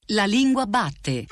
La lingua batte.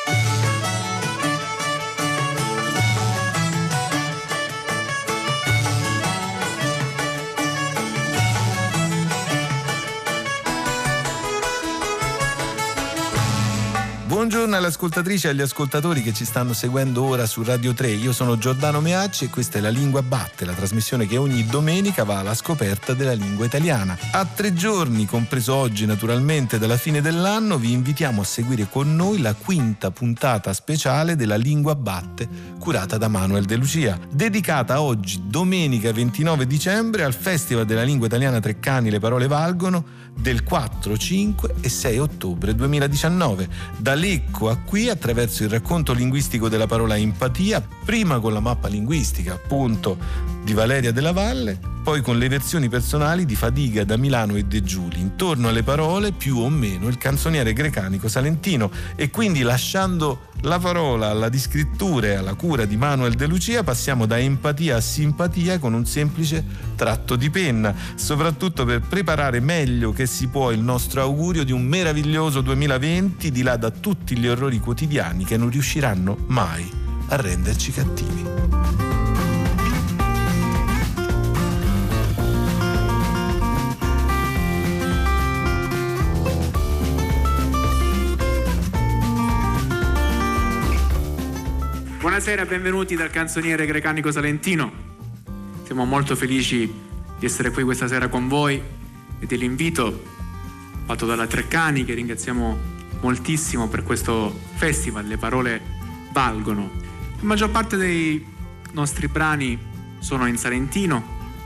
Buongiorno alle ascoltatrici e agli ascoltatori che ci stanno seguendo ora su Radio 3. Io sono Giordano Meacci e questa è La Lingua Batte, la trasmissione che ogni domenica va alla scoperta della lingua italiana. A 3 giorni, compreso oggi naturalmente, dalla fine dell'anno, vi invitiamo a seguire con noi la 5ª puntata speciale della Lingua Batte, curata da Manuel De Lucia, dedicata oggi, domenica 29 dicembre, al Festival della Lingua Italiana Treccani Le Parole Valgono, del 4, 5 e 6 ottobre 2019. Da Lecco a qui, attraverso il racconto linguistico della parola empatia, prima con la mappa linguistica, appunto, di Valeria Della Valle, poi con le versioni personali di Fadiga, da Milano e De Giuli. Intorno alle parole, più o meno, il canzoniere grecanico salentino. E quindi, lasciando la parola alla descrittura e alla cura di Manuel De Lucia, passiamo da empatia a simpatia con un semplice tratto di penna, soprattutto per preparare meglio che si può il nostro augurio di un meraviglioso 2020, di là da tutti gli orrori quotidiani che non riusciranno mai a renderci cattivi. Buonasera, benvenuti dal canzoniere grecanico salentino. Siamo molto felici di essere qui questa sera con voi e dell'invito fatto dalla Treccani, che ringraziamo moltissimo per questo festival. Le parole valgono. La maggior parte dei nostri brani sono in salentino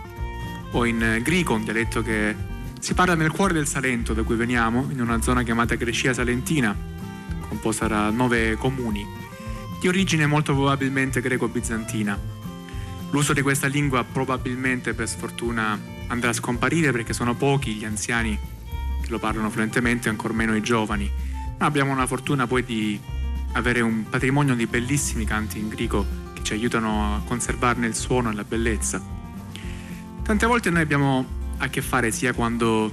o in grico, un dialetto che si parla nel cuore del Salento, da cui veniamo, in una zona chiamata Grecia Salentina, composta da 9 comuni, di origine molto probabilmente greco-bizantina. L'uso di questa lingua probabilmente, per sfortuna, andrà a scomparire perché sono pochi gli anziani che lo parlano fluentemente, ancor meno i giovani. Ma abbiamo una fortuna poi di avere un patrimonio di bellissimi canti in greco che ci aiutano a conservarne il suono e la bellezza. Tante volte noi abbiamo a che fare, sia quando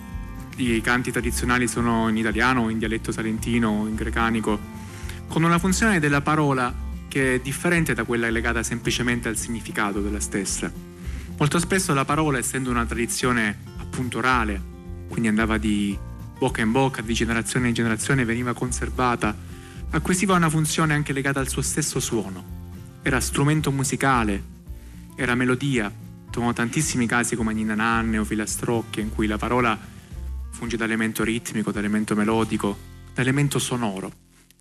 i canti tradizionali sono in italiano o in dialetto salentino o in grecanico, con una funzione della parola che è differente da quella legata semplicemente al significato della stessa. Molto spesso la parola, essendo una tradizione appunto orale, quindi andava di bocca in bocca, di generazione in generazione, veniva conservata, acquisiva una funzione anche legata al suo stesso suono. Era strumento musicale, era melodia. Troviamo tantissimi casi come Ninna Nanne o Filastrocche, in cui la parola funge da elemento ritmico, da elemento melodico, da elemento sonoro.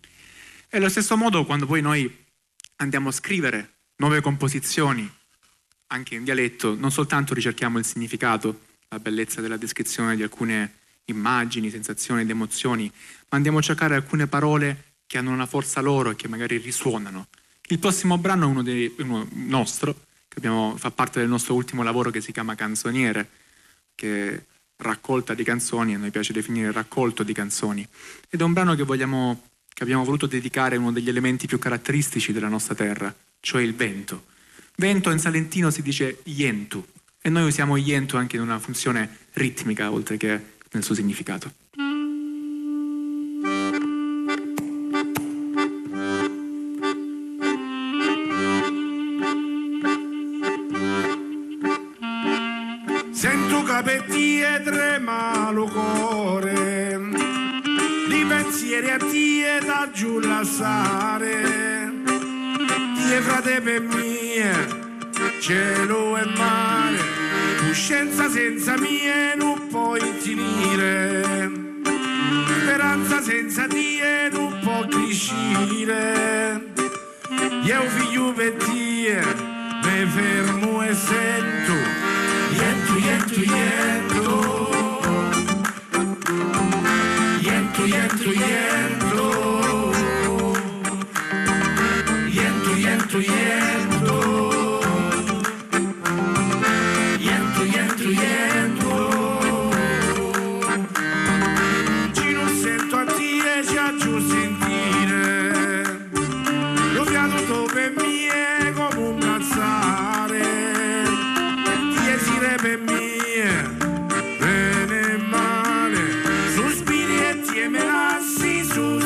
E allo stesso modo, quando poi noi andiamo a scrivere nuove composizioni, anche in dialetto, non soltanto ricerchiamo il significato, la bellezza della descrizione di alcune immagini, sensazioni ed emozioni, ma andiamo a cercare alcune parole che hanno una forza loro e che magari risuonano. Il prossimo brano è uno nostro, che fa parte del nostro ultimo lavoro, che si chiama Canzoniere, che è raccolta di canzoni, a noi piace definire raccolto di canzoni, ed è un brano che abbiamo voluto dedicare a uno degli elementi più caratteristici della nostra terra, cioè il vento. Vento in salentino si dice ientu, e noi usiamo ientu anche in una funzione ritmica, oltre che nel suo significato. Sento capetti e trema lo cuore, di pensieri a tie da giù lasciare, tie frate per mie, cielo e mare, coscienza senza mie non puoi finire, speranza senza tie non può crescere, io figlio per tie, me fermo e sento, Yentu, yentu, yentu, yentu, yentu, yentu, yentu, yentu, yentu, yentu, yentu, yentu. Ci non sento a dire, ci faccio sentire, lo fiato per me come un cazzare. Per me, bene e male, sospiri e ti me lasci su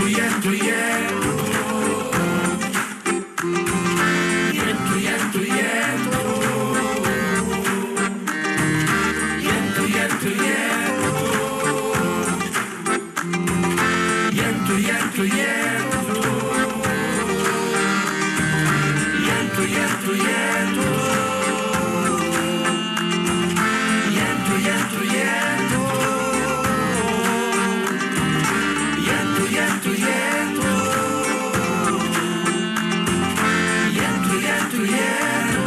iento, iento. Iento, iento, iento. Iento, iento, iento. Iento, iento, iento. Iento, iento, iento. Iento, iento, iento. Iento, iento, iento. Iento, iento, iento.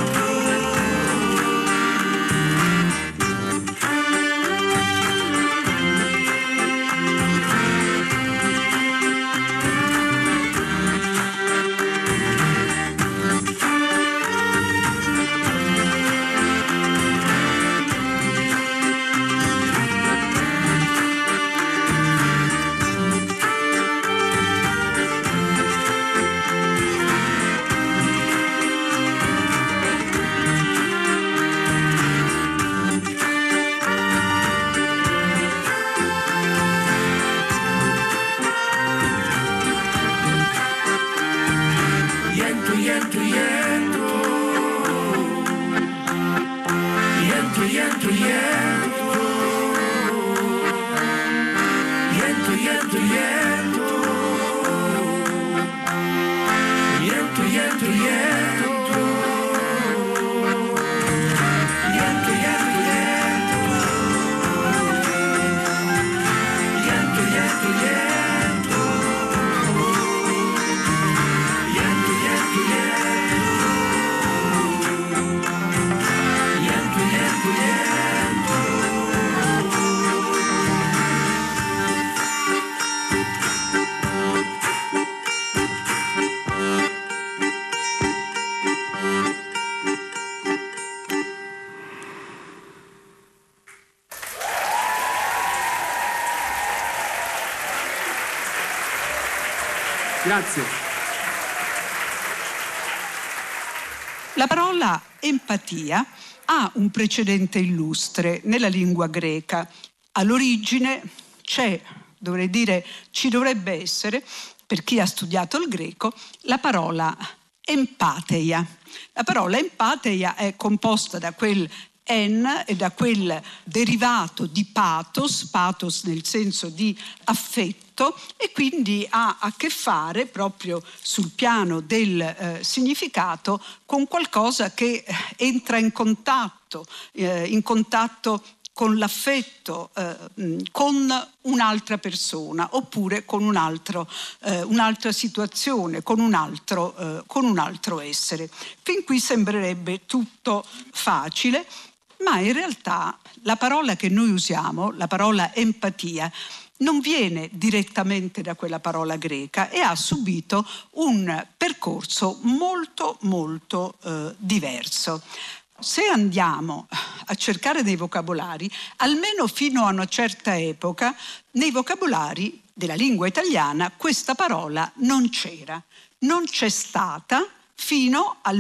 Iento, iento, iento. Iento, iento, iento. Iento, iento, iento. Iento, iento, iento. Iento, iento, iento. Iento, iento, iento. Iento, iento, iento. Iento, iento, iento. Grazie. La parola empatia ha un precedente illustre nella lingua greca. All'origine c'è, dovrei dire, ci dovrebbe essere, per chi ha studiato il greco, la parola empatheia. La parola empatheia è composta da quel en e da quel derivato di pathos, pathos nel senso di affetto, e quindi ha a che fare proprio sul piano del significato con qualcosa che entra in contatto con l'affetto, con un'altra persona, oppure con un'altra situazione, con un altro essere. Fin qui sembrerebbe tutto facile, ma in realtà la parola che noi usiamo, la parola empatia, non viene direttamente da quella parola greca e ha subito un percorso molto molto diverso. Se andiamo a cercare dei vocabolari, almeno fino a una certa epoca, nei vocabolari della lingua italiana questa parola non c'era, non c'è stata fino al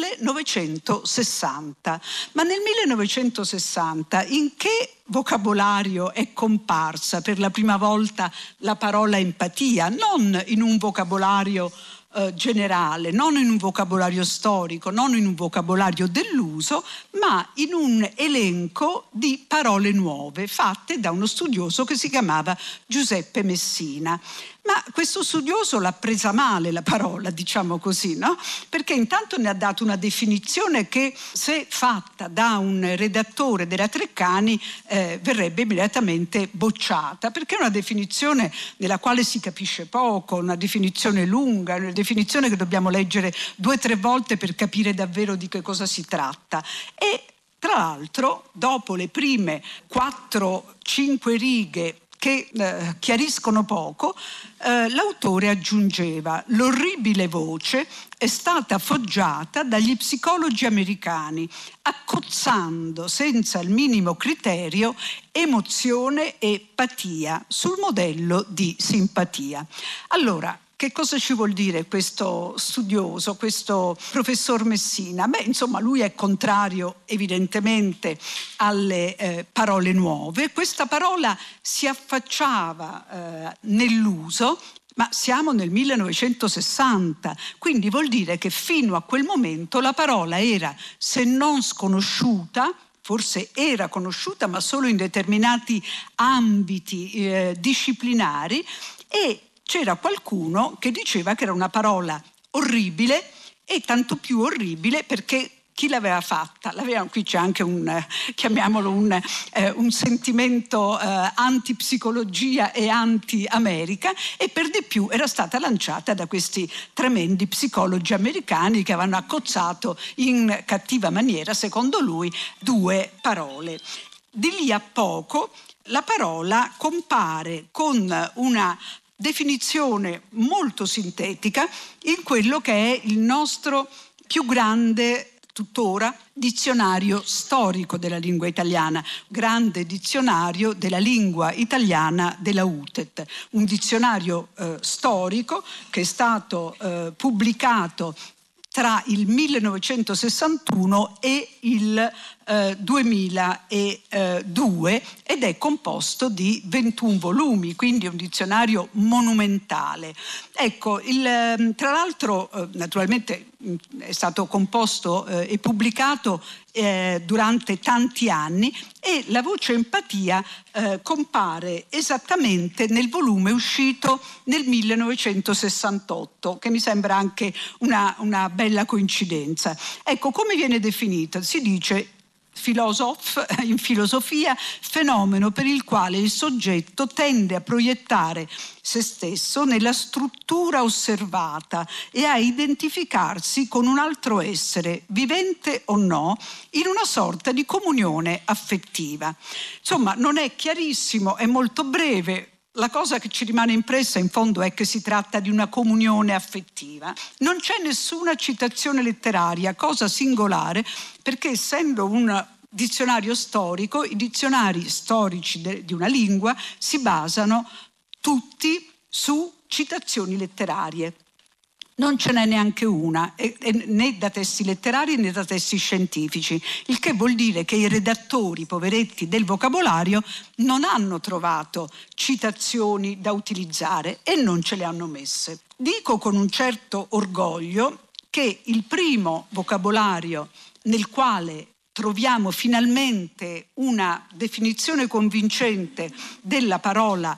1960. Ma nel 1960 in che vocabolario è comparsa per la prima volta la parola empatia? Non in un vocabolario generale, non in un vocabolario storico, non in un vocabolario dell'uso, ma in un elenco di parole nuove fatte da uno studioso che si chiamava Giuseppe Messina. Ma questo studioso l'ha presa male la parola, diciamo così, no? Perché intanto ne ha dato una definizione che, se fatta da un redattore della Treccani, verrebbe immediatamente bocciata, perché è una definizione nella quale si capisce poco, una definizione lunga, una definizione che dobbiamo leggere 2 o 3 volte per capire davvero di che cosa si tratta. E tra l'altro, dopo le prime 4-5 righe che chiariscono poco, l'autore aggiungeva: l'orribile voce è stata foggiata dagli psicologi americani, accozzando senza il minimo criterio emozione e patia sul modello di simpatia. Allora, che cosa ci vuol dire questo studioso, questo professor Messina? Beh, insomma, lui è contrario evidentemente alle parole nuove. Questa parola si affacciava nell'uso Ma siamo nel 1960, quindi vuol dire che fino a quel momento la parola era, se non sconosciuta, forse era conosciuta ma solo in determinati ambiti disciplinari, e c'era qualcuno che diceva che era una parola orribile, e tanto più orribile perché chi l'aveva fatta? Qui c'è anche chiamiamolo un sentimento antipsicologia e anti-America, e per di più era stata lanciata da questi tremendi psicologi americani che avevano accozzato in cattiva maniera, secondo lui, 2 parole. Di lì a poco la parola compare con una definizione molto sintetica in quello che è il nostro più grande tuttora dizionario storico della lingua italiana, grande dizionario della lingua italiana della UTET, un dizionario storico che è stato pubblicato tra il 1961 e il 2002 ed è composto di 21 volumi, quindi è un dizionario monumentale. Ecco, tra l'altro naturalmente è stato composto e pubblicato durante tanti anni, e la voce empatia compare esattamente nel volume uscito nel 1968, che mi sembra anche una bella coincidenza. Ecco, come viene definita? Si dice in filosofia, fenomeno per il quale il soggetto tende a proiettare se stesso nella struttura osservata e a identificarsi con un altro essere, vivente o no, in una sorta di comunione affettiva. Insomma, non è chiarissimo, è molto breve. La cosa che ci rimane impressa in fondo è che si tratta di una comunione affettiva. Non c'è nessuna citazione letteraria, cosa singolare, perché essendo un dizionario storico, i dizionari storici di una lingua si basano tutti su citazioni letterarie. Non ce n'è neanche una, né da testi letterari né da testi scientifici, il che vuol dire che i redattori, poveretti, del vocabolario non hanno trovato citazioni da utilizzare e non ce le hanno messe. Dico con un certo orgoglio che il primo vocabolario nel quale troviamo finalmente una definizione convincente della parola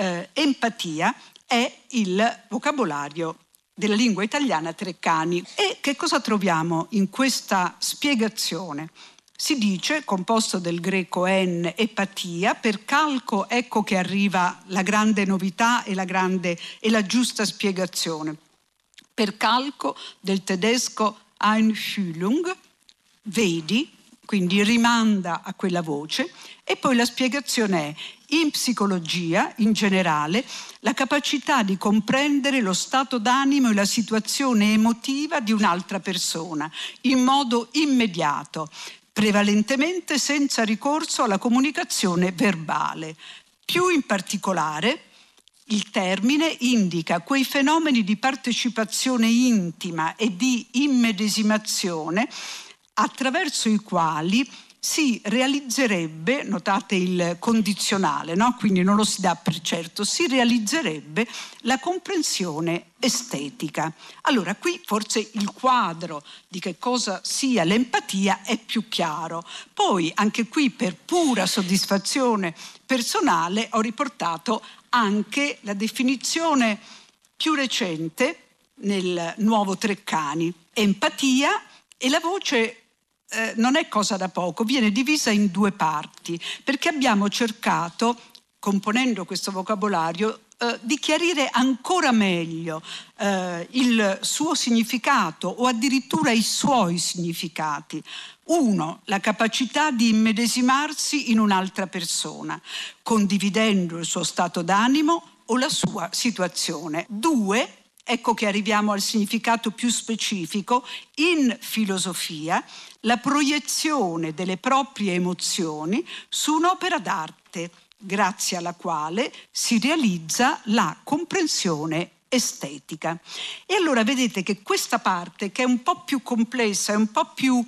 empatia è il vocabolario della lingua italiana Treccani. E che cosa troviamo in questa spiegazione? Si dice, composto del greco en, epatia, per calco ecco che arriva la grande novità e la giusta spiegazione. Per calco del tedesco Einfühlung, vedi, quindi rimanda a quella voce, e poi la spiegazione è: in psicologia, in generale, la capacità di comprendere lo stato d'animo e la situazione emotiva di un'altra persona in modo immediato, prevalentemente senza ricorso alla comunicazione verbale. Più in particolare, il termine indica quei fenomeni di partecipazione intima e di immedesimazione attraverso i quali si realizzerebbe, notate il condizionale, no? Quindi non lo si dà per certo, si realizzerebbe la comprensione estetica. Allora qui forse il quadro di che cosa sia l'empatia è più chiaro. Poi anche qui, per pura soddisfazione personale, ho riportato anche la definizione più recente nel nuovo Treccani. Empatia, e la voce non è cosa da poco, viene divisa in 2 parti, perché abbiamo cercato, componendo questo vocabolario, di chiarire ancora meglio il suo significato o addirittura i suoi significati. 1. La capacità di immedesimarsi in un'altra persona, condividendo il suo stato d'animo o la sua situazione. 2. Ecco che arriviamo al significato più specifico. In filosofia, la proiezione delle proprie emozioni su un'opera d'arte, grazie alla quale si realizza la comprensione estetica. E allora vedete che questa parte, che è un po' più complessa, è un po' più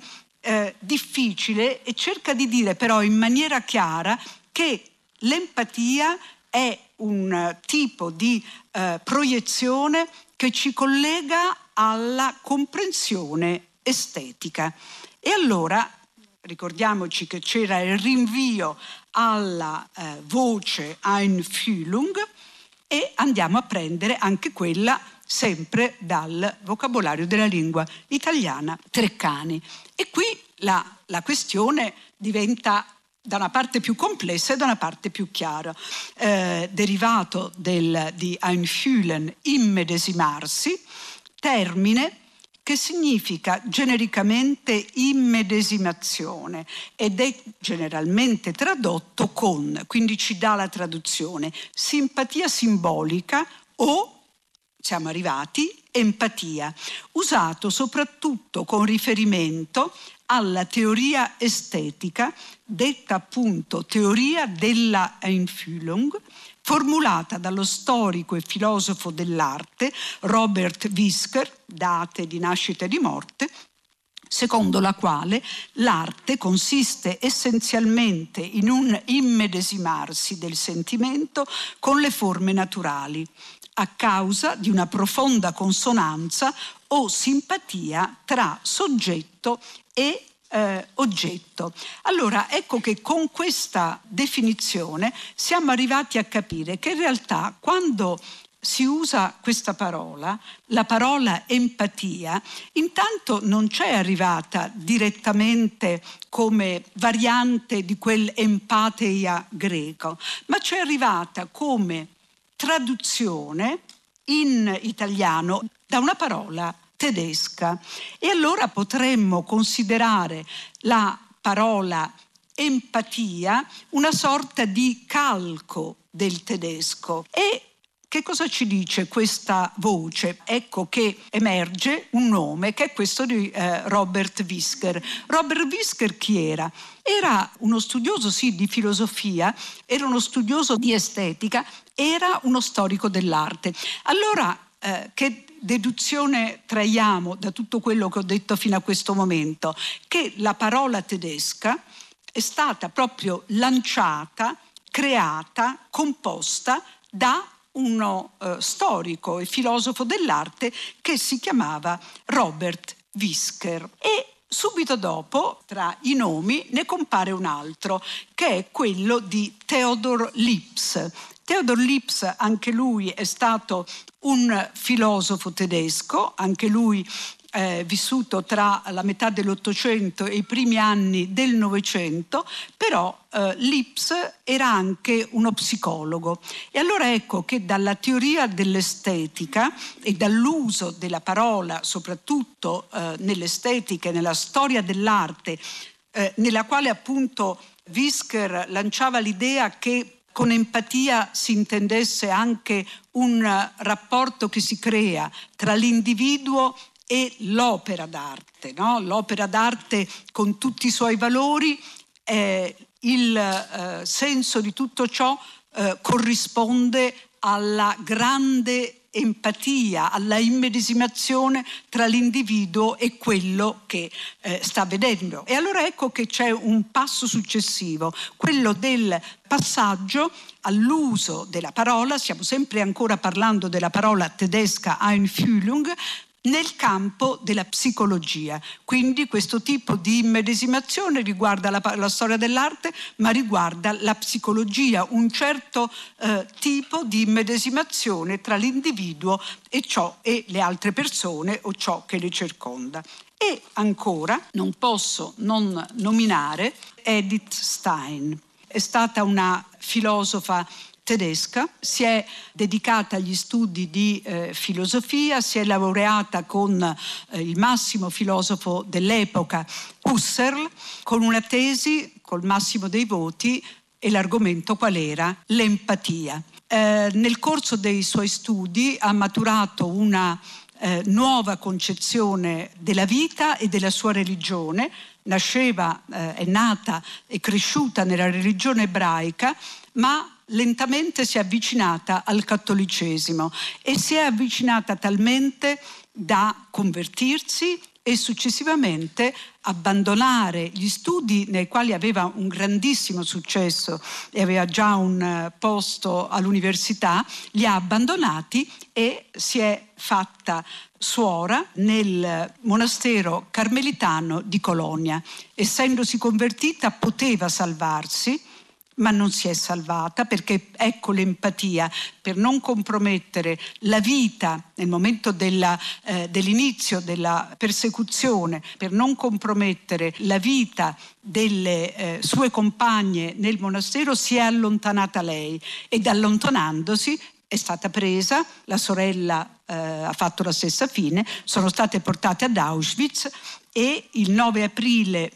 difficile, e cerca di dire però in maniera chiara che l'empatia è un tipo di proiezione che ci collega alla comprensione estetica. E allora ricordiamoci che c'era il rinvio alla voce Einfühlung e andiamo a prendere anche quella sempre dal vocabolario della lingua italiana Treccani. E qui la questione diventa da una parte più complessa e da una parte più chiara. Derivato di Einfühlen, immedesimarsi, termine che significa genericamente immedesimazione ed è generalmente tradotto con, quindi ci dà la traduzione, simpatia simbolica o, siamo arrivati, empatia, usato soprattutto con riferimento alla teoria estetica, detta appunto teoria della Einfühlung, formulata dallo storico e filosofo dell'arte Robert Wisker, date di nascita e di morte, secondo la quale l'arte consiste essenzialmente in un immedesimarsi del sentimento con le forme naturali, a causa di una profonda consonanza o simpatia tra soggetto e oggetto. Allora ecco che con questa definizione siamo arrivati a capire che in realtà quando si usa questa parola, la parola empatia, intanto non c'è arrivata direttamente come variante di quel empatheia greco, ma c'è arrivata come traduzione in italiano da una parola tedesca. E allora potremmo considerare la parola empatia una sorta di calco del tedesco. E che cosa ci dice questa voce? Ecco che emerge un nome che è questo di Robert Wisker. Robert Wisker chi era? Era uno studioso sì di filosofia, era uno studioso di estetica, era uno storico dell'arte. Allora che deduzione traiamo da tutto quello che ho detto fino a questo momento? Che la parola tedesca è stata proprio lanciata, creata, composta da uno storico e filosofo dell'arte che si chiamava Robert Wisker. E subito dopo, tra i nomi, ne compare un altro, che è quello di Theodor Lipps. Theodor Lipps, anche lui è stato un filosofo tedesco, anche lui vissuto tra la metà dell'Ottocento e i primi anni del Novecento, però Lipps era anche uno psicologo. E allora ecco che dalla teoria dell'estetica e dall'uso della parola, soprattutto nell'estetica e nella storia dell'arte, nella quale appunto Wisker lanciava l'idea che con empatia si intendesse anche un rapporto che si crea tra l'individuo e l'opera d'arte, no? L'opera d'arte con tutti i suoi valori, il senso di tutto ciò corrisponde alla grande empatia, alla immedesimazione tra l'individuo e quello che sta vedendo. E allora ecco che c'è un passo successivo, quello del passaggio all'uso della parola, stiamo sempre ancora parlando della parola tedesca Einfühlung, nel campo della psicologia. Quindi questo tipo di immedesimazione riguarda la storia dell'arte, ma riguarda la psicologia, un certo tipo di immedesimazione tra l'individuo e ciò e le altre persone o ciò che le circonda. E ancora non posso non nominare Edith Stein. È stata una filosofa tedesca, si è dedicata agli studi di filosofia, si è laureata con il massimo filosofo dell'epoca, Husserl, con una tesi col massimo dei voti, e l'argomento qual era? L'empatia. Nel corso dei suoi studi ha maturato una nuova concezione della vita e della sua religione. È nata e cresciuta nella religione ebraica, ma lentamente si è avvicinata al cattolicesimo e si è avvicinata talmente da convertirsi e successivamente abbandonare gli studi nei quali aveva un grandissimo successo e aveva già un posto all'università, li ha abbandonati e si è fatta suora nel monastero carmelitano di Colonia. Essendosi convertita poteva salvarsi, ma non si è salvata, perché ecco l'empatia, per non compromettere la vita nel momento dell'inizio della persecuzione, per non compromettere la vita delle sue compagne nel monastero, si è allontanata lei, ed allontanandosi è stata presa, la sorella ha fatto la stessa fine, sono state portate ad Auschwitz e il 9 aprile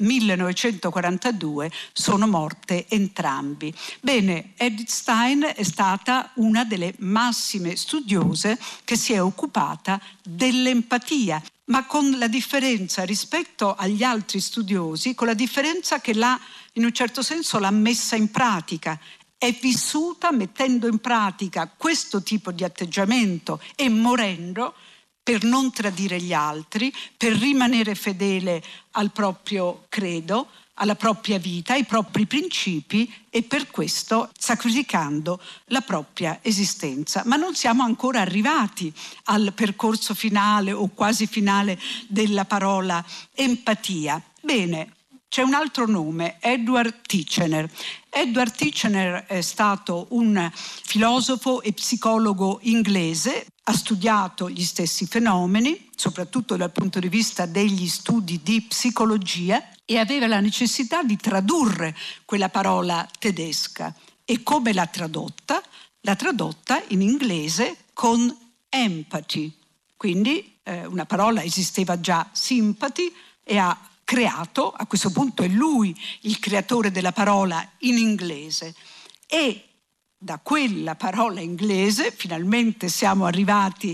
1942 sono morte entrambi. Bene, Edith Stein è stata una delle massime studiose che si è occupata dell'empatia, ma con la differenza rispetto agli altri studiosi, con la differenza che in un certo senso l'ha messa in pratica. È vissuta mettendo in pratica questo tipo di atteggiamento e morendo per non tradire gli altri, per rimanere fedele al proprio credo, alla propria vita, ai propri principi, e per questo sacrificando la propria esistenza. Ma non siamo ancora arrivati al percorso finale o quasi finale della parola empatia. Bene, c'è un altro nome, Edward Titchener. Edward Titchener è stato un filosofo e psicologo inglese, ha studiato gli stessi fenomeni, soprattutto dal punto di vista degli studi di psicologia, e aveva la necessità di tradurre quella parola tedesca. E come l'ha tradotta? L'ha tradotta in inglese con empathy. Quindi una parola esisteva già, sympathy, e ha creato, a questo punto è lui il creatore della parola in inglese, e da quella parola inglese finalmente siamo arrivati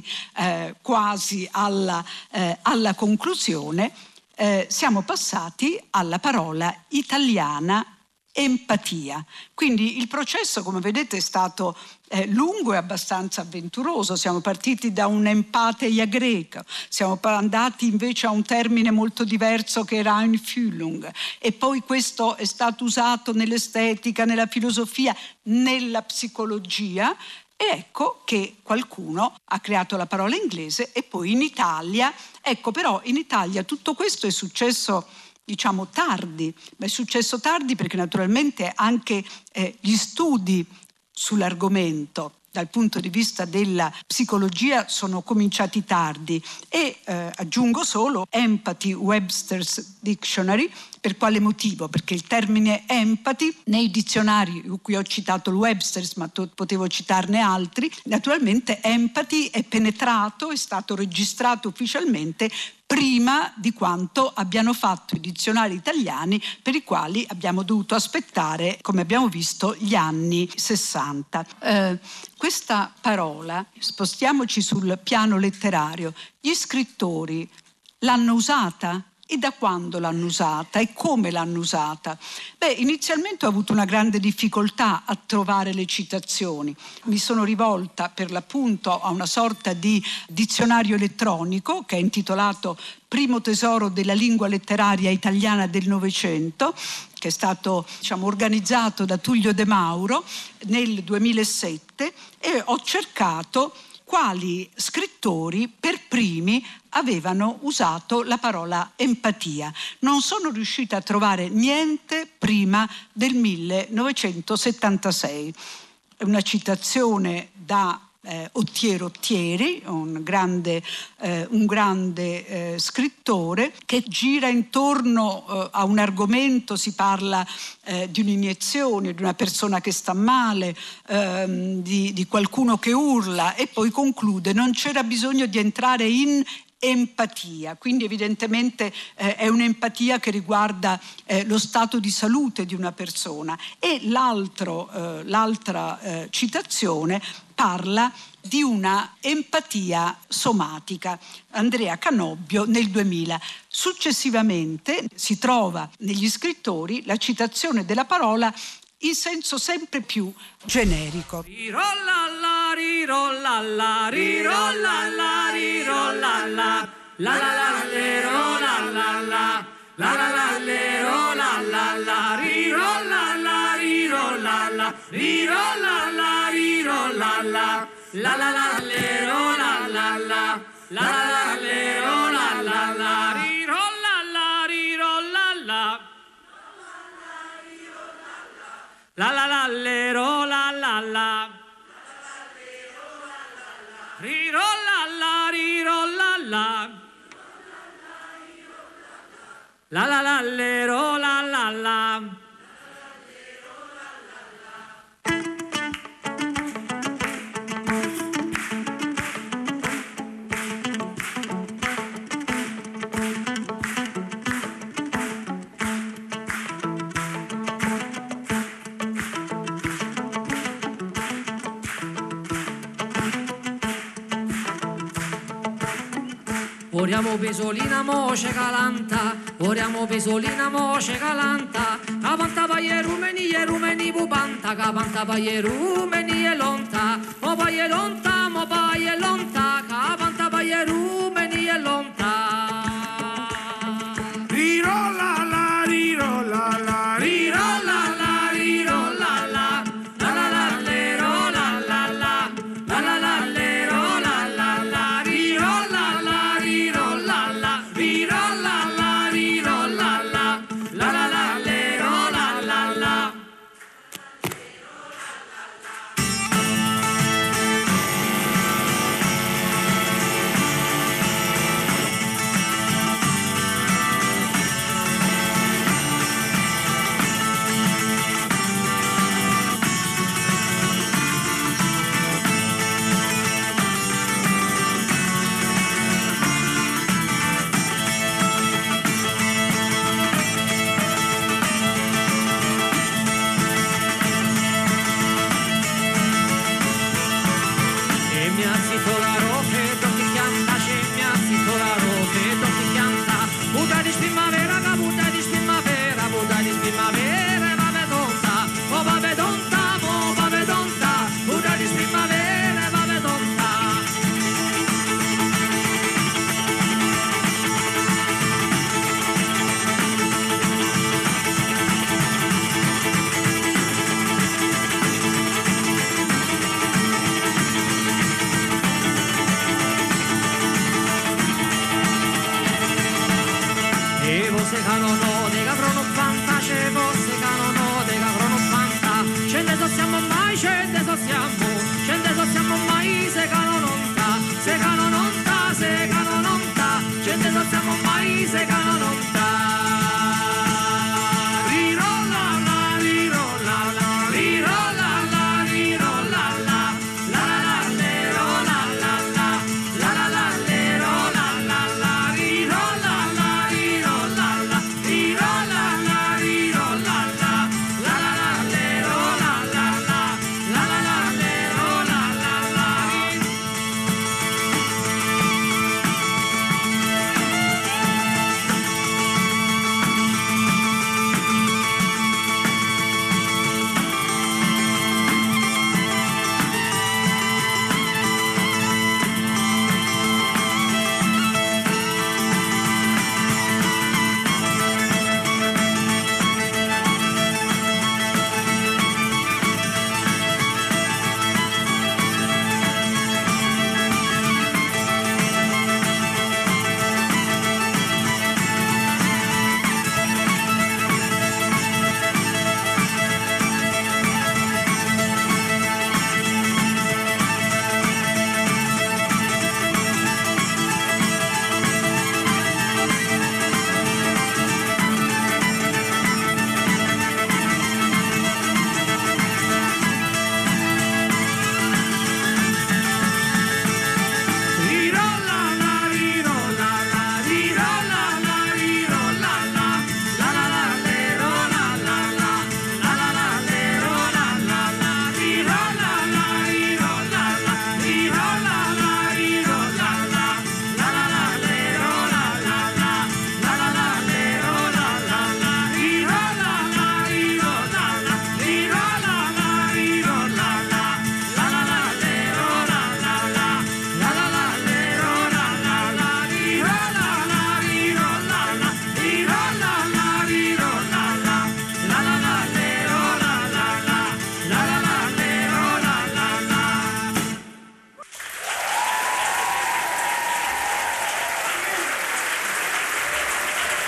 quasi alla conclusione, siamo passati alla parola italiana empatia. Quindi il processo, come vedete, è stato lungo e abbastanza avventuroso. Siamo partiti da un empatheia greco, siamo andati invece a un termine molto diverso che era Einfühlung, e poi questo è stato usato nell'estetica, nella filosofia, nella psicologia, e ecco che qualcuno ha creato la parola inglese. E poi in Italia, ecco, però in Italia tutto questo è successo, diciamo, tardi, ma è successo tardi perché naturalmente anche gli studi sull'argomento dal punto di vista della psicologia sono cominciati tardi, e aggiungo solo Empathy Webster's Dictionary. Per quale motivo? Perché il termine empathy nei dizionari, qui ho citato il Webster's ma potevo citarne altri, naturalmente empathy è penetrato, è stato registrato ufficialmente prima di quanto abbiano fatto i dizionari italiani, per i quali abbiamo dovuto aspettare, come abbiamo visto, gli anni 60. Questa parola, spostiamoci sul piano letterario, gli scrittori l'hanno usata? E da quando l'hanno usata e come l'hanno usata? Inizialmente ho avuto una grande difficoltà a trovare le citazioni. Mi sono rivolta per l'appunto a una sorta di dizionario elettronico che è intitolato Primo tesoro della lingua letteraria italiana del Novecento, che è stato, diciamo, organizzato da Tullio De Mauro nel 2007, e ho cercato quali scrittori per primi avevano usato la parola empatia. Non sono riuscita a trovare niente prima del 1976. È una citazione da Ottiero Ottieri, un grande scrittore, che gira intorno a un argomento. Si parla di un'iniezione, di una persona che sta male, di qualcuno che urla, e poi conclude: non c'era bisogno di entrare in empatia. Quindi evidentemente è un'empatia che riguarda lo stato di salute di una persona. E l'altra citazione parla di una empatia somatica, Andrea Canobbio nel 2000. Successivamente si trova negli scrittori la citazione della parola in senso sempre più generico. Rirollalla, rirollalla, rirollalla, rirollalla, la la la la, la la la le ro la la la ri ro la la ri ro la la ri ro la la ri ro la la la la la le ro la la la la la le ro la la la ri ro la la ri ro la la la la la le ro la la la ri ro la la ri ro la la la la la le ro la la la. Oriamo pesolina moce calanta, oriamo pesolina moce calanta, capantava gli rumeni pupanta, capantava gli rumeni e lonta, mo pa e lonta, capantava gli rumeni e lonta. Riro la la, riro la la, riro la la, riro la la, la la la le ro la la la, la la la le ro la la la, riro la la, riro la la, riro la la, riro la la, la la la le ro la la la.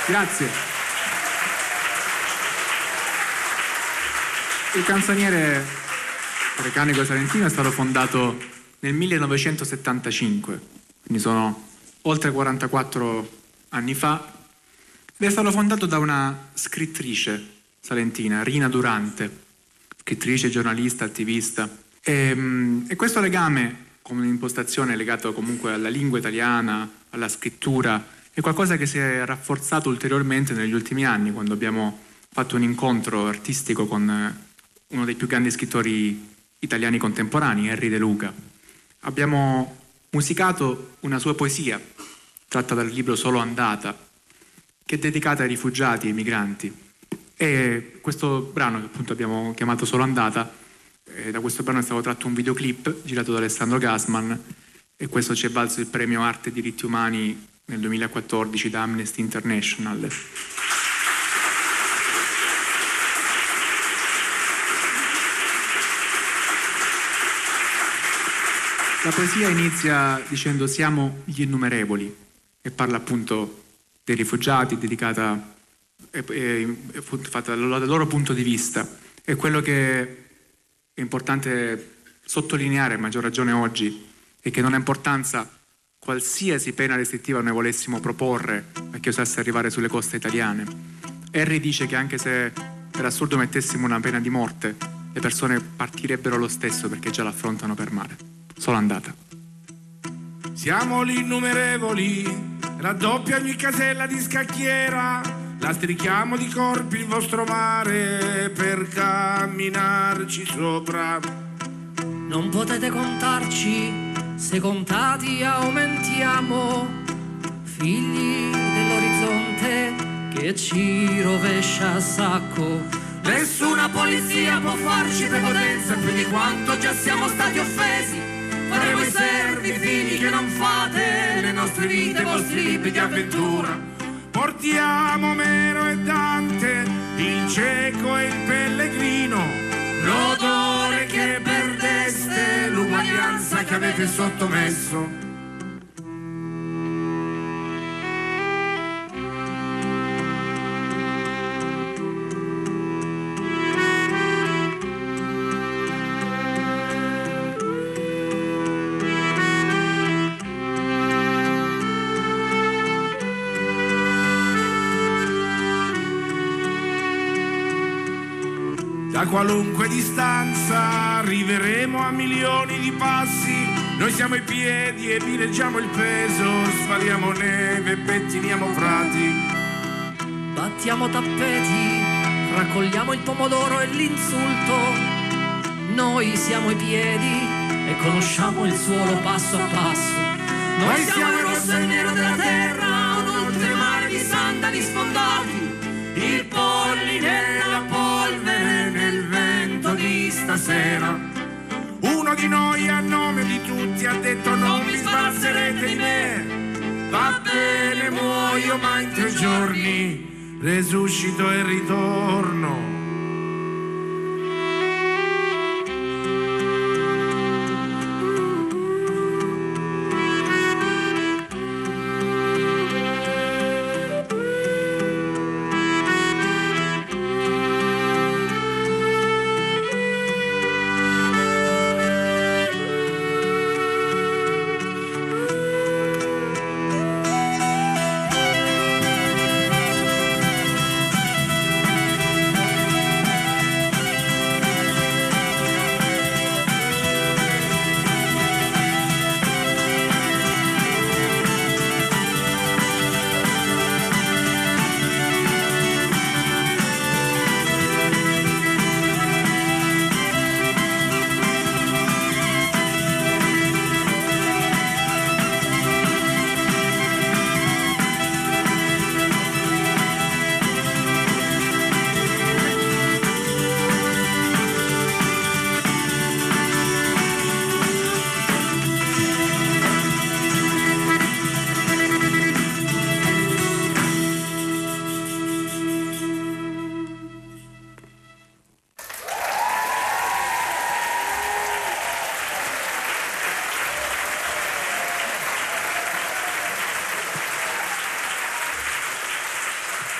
Grazie. Il canzoniere Grecanico Salentino è stato fondato nel 1975, quindi sono oltre 44 anni fa, ed è stato fondato da una scrittrice salentina, Rina Durante, scrittrice, giornalista, attivista. E questo legame, come un'impostazione legata comunque alla lingua italiana, alla scrittura, è qualcosa che si è rafforzato ulteriormente negli ultimi anni, quando abbiamo fatto un incontro artistico con uno dei più grandi scrittori italiani contemporanei, Henry De Luca. Abbiamo musicato una sua poesia, tratta dal libro Solo Andata, che è dedicata ai rifugiati e ai migranti. E questo brano, che appunto abbiamo chiamato Solo Andata, da questo brano è stato tratto un videoclip girato da Alessandro Gassman, e questo ci è valso il premio Arte e Diritti Umani nel 2014 da Amnesty International. La poesia inizia dicendo siamo gli innumerevoli e parla appunto dei rifugiati, dedicata fatta dal loro punto di vista. E quello che è importante sottolineare, a maggior ragione oggi, è che non ha importanza qualsiasi pena restrittiva noi volessimo proporre a chi osasse arrivare sulle coste italiane. Henry dice che anche se per assurdo mettessimo una pena di morte, le persone partirebbero lo stesso perché già l'affrontano per mare. Solo andata. Siamo gli innumerevoli, raddoppia ogni casella di scacchiera, lastrichiamo di corpi il vostro mare per camminarci sopra. Non potete contarci, se contati aumentiamo, figli dell'orizzonte che ci rovescia a sacco. Nessuna polizia può farci prepotenza più di quanto già siamo stati offesi. Faremo i servi, figli che non fate, le nostre vite, i vostri libri di avventura. Portiamo Omero e Dante, il cieco e il pellegrino, l'odore che perdeste, l'uguaglianza che avete sottomesso. Da qualunque distanza arriveremo a milioni di passi. Noi siamo i piedi e vi reggiamo il peso, spaliamo neve e pettiniamo prati. Battiamo tappeti, raccogliamo il pomodoro e l'insulto. Noi siamo i piedi e conosciamo il suolo passo a passo. Noi siamo il rosso e il nero della terra, un oltremare di sandali sfondati, il polline e la polvere nel vento di stasera. Uno di noi a nome di tutti ha detto non vi sbarazzerete di me. Va bene, muoio ma in 3 giorni resuscito e ritorno.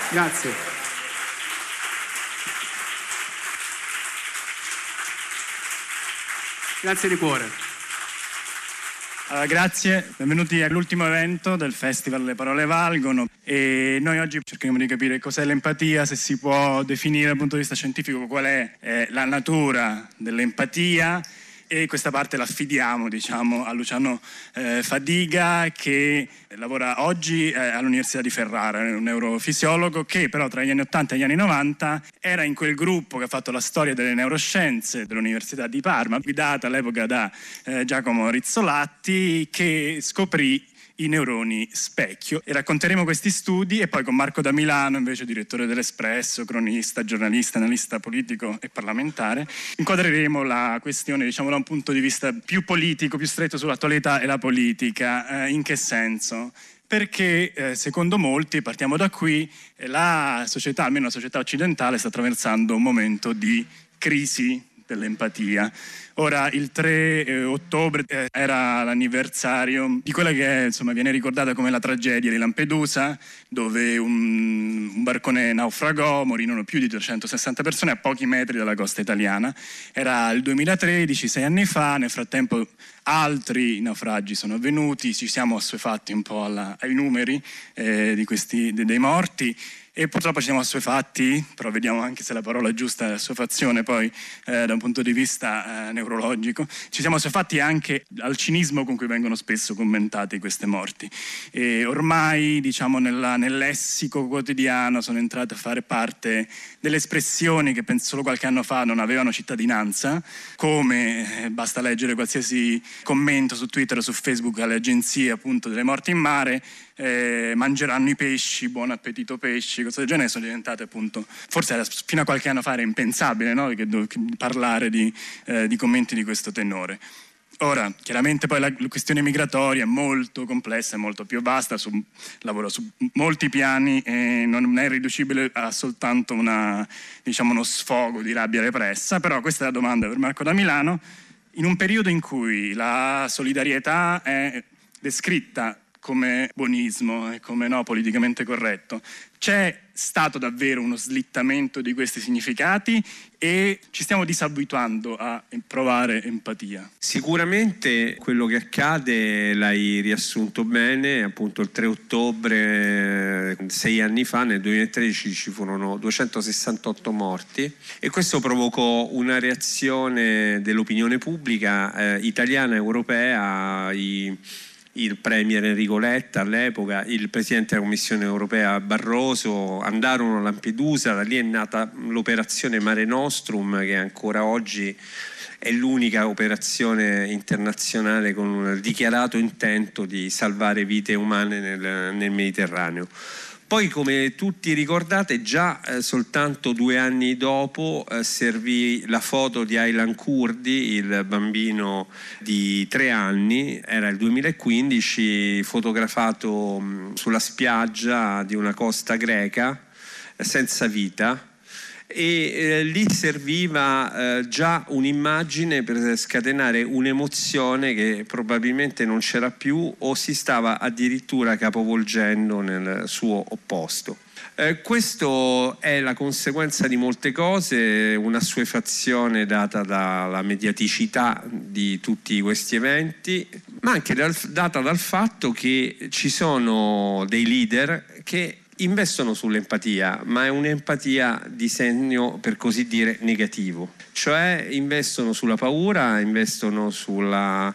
Grazie. Grazie di cuore. Allora, grazie, benvenuti all'ultimo evento del Festival Le Parole Valgono, e noi oggi cercheremo di capire cos'è l'empatia, se si può definire dal punto di vista scientifico qual è la natura dell'empatia, e questa parte la affidiamo, diciamo, a Luciano Fadiga, che lavora oggi all'Università di Ferrara, è un neurofisiologo che però tra gli anni 80 e gli anni 90 era in quel gruppo che ha fatto la storia delle neuroscienze dell'Università di Parma, guidata all'epoca da Giacomo Rizzolatti, che scoprì i neuroni specchio, e racconteremo questi studi, e poi con Marco da Milano, invece direttore dell'Espresso, cronista, giornalista, analista politico e parlamentare, inquadreremo la questione, diciamo, da un punto di vista più politico, più stretto sull'attualità e la politica. In che senso? Perché secondo molti, partiamo da qui, la società, almeno la società occidentale, sta attraversando un momento di crisi dell'empatia. Ora, il 3 ottobre era l'anniversario di quella che insomma viene ricordata come la tragedia di Lampedusa, dove un barcone naufragò, morirono più di 260 persone a pochi metri dalla costa italiana. Era il 2013, 6 anni fa, nel frattempo altri naufragi sono avvenuti, ci siamo assuefatti un po' ai numeri dei morti, e purtroppo ci siamo assuefatti, però vediamo anche se la parola giusta è assuefazione poi da un punto di vista neurologico, ci siamo assuefatti anche al cinismo con cui vengono spesso commentate queste morti, e ormai, diciamo, nel lessico quotidiano sono entrate a fare parte delle espressioni che penso solo qualche anno fa non avevano cittadinanza, come basta leggere qualsiasi commento su Twitter o su Facebook alle agenzie, appunto, delle morti in mare, mangeranno i pesci, buon appetito pesci, cose del genere, sono diventate, appunto, forse fino a qualche anno fa era impensabile, no? Parlare di commenti di questo tenore. Ora, chiaramente poi la questione migratoria è molto complessa, è molto più vasta, lavora su molti piani e non è riducibile a soltanto uno sfogo di rabbia repressa, però questa è la domanda per Marco da Milano. In un periodo in cui la solidarietà è descritta come buonismo e come no politicamente corretto, c'è stato davvero uno slittamento di questi significati e ci stiamo disabituando a provare empatia? Sicuramente quello che accade l'hai riassunto bene, appunto il 3 ottobre, 6 anni fa, nel 2013 ci furono 268 morti, e questo provocò una reazione dell'opinione pubblica italiana e europea. Il premier Enrico Letta all'epoca, il presidente della Commissione europea Barroso andarono a Lampedusa, da lì è nata l'operazione Mare Nostrum, che ancora oggi è l'unica operazione internazionale con un dichiarato intento di salvare vite umane nel Mediterraneo. Poi, come tutti ricordate, già soltanto 2 anni dopo servì la foto di Aylan Kurdi, il bambino di 3 anni, era il 2015, fotografato sulla spiaggia di una costa greca senza vita. E lì serviva già un'immagine per scatenare un'emozione che probabilmente non c'era più o si stava addirittura capovolgendo nel suo opposto. Questo è la conseguenza di molte cose, un'assuefazione data dalla mediaticità di tutti questi eventi, ma anche data dal fatto che ci sono dei leader che investono sull'empatia, ma è un'empatia di segno, per così dire, negativo. Cioè investono sulla paura, investono sulla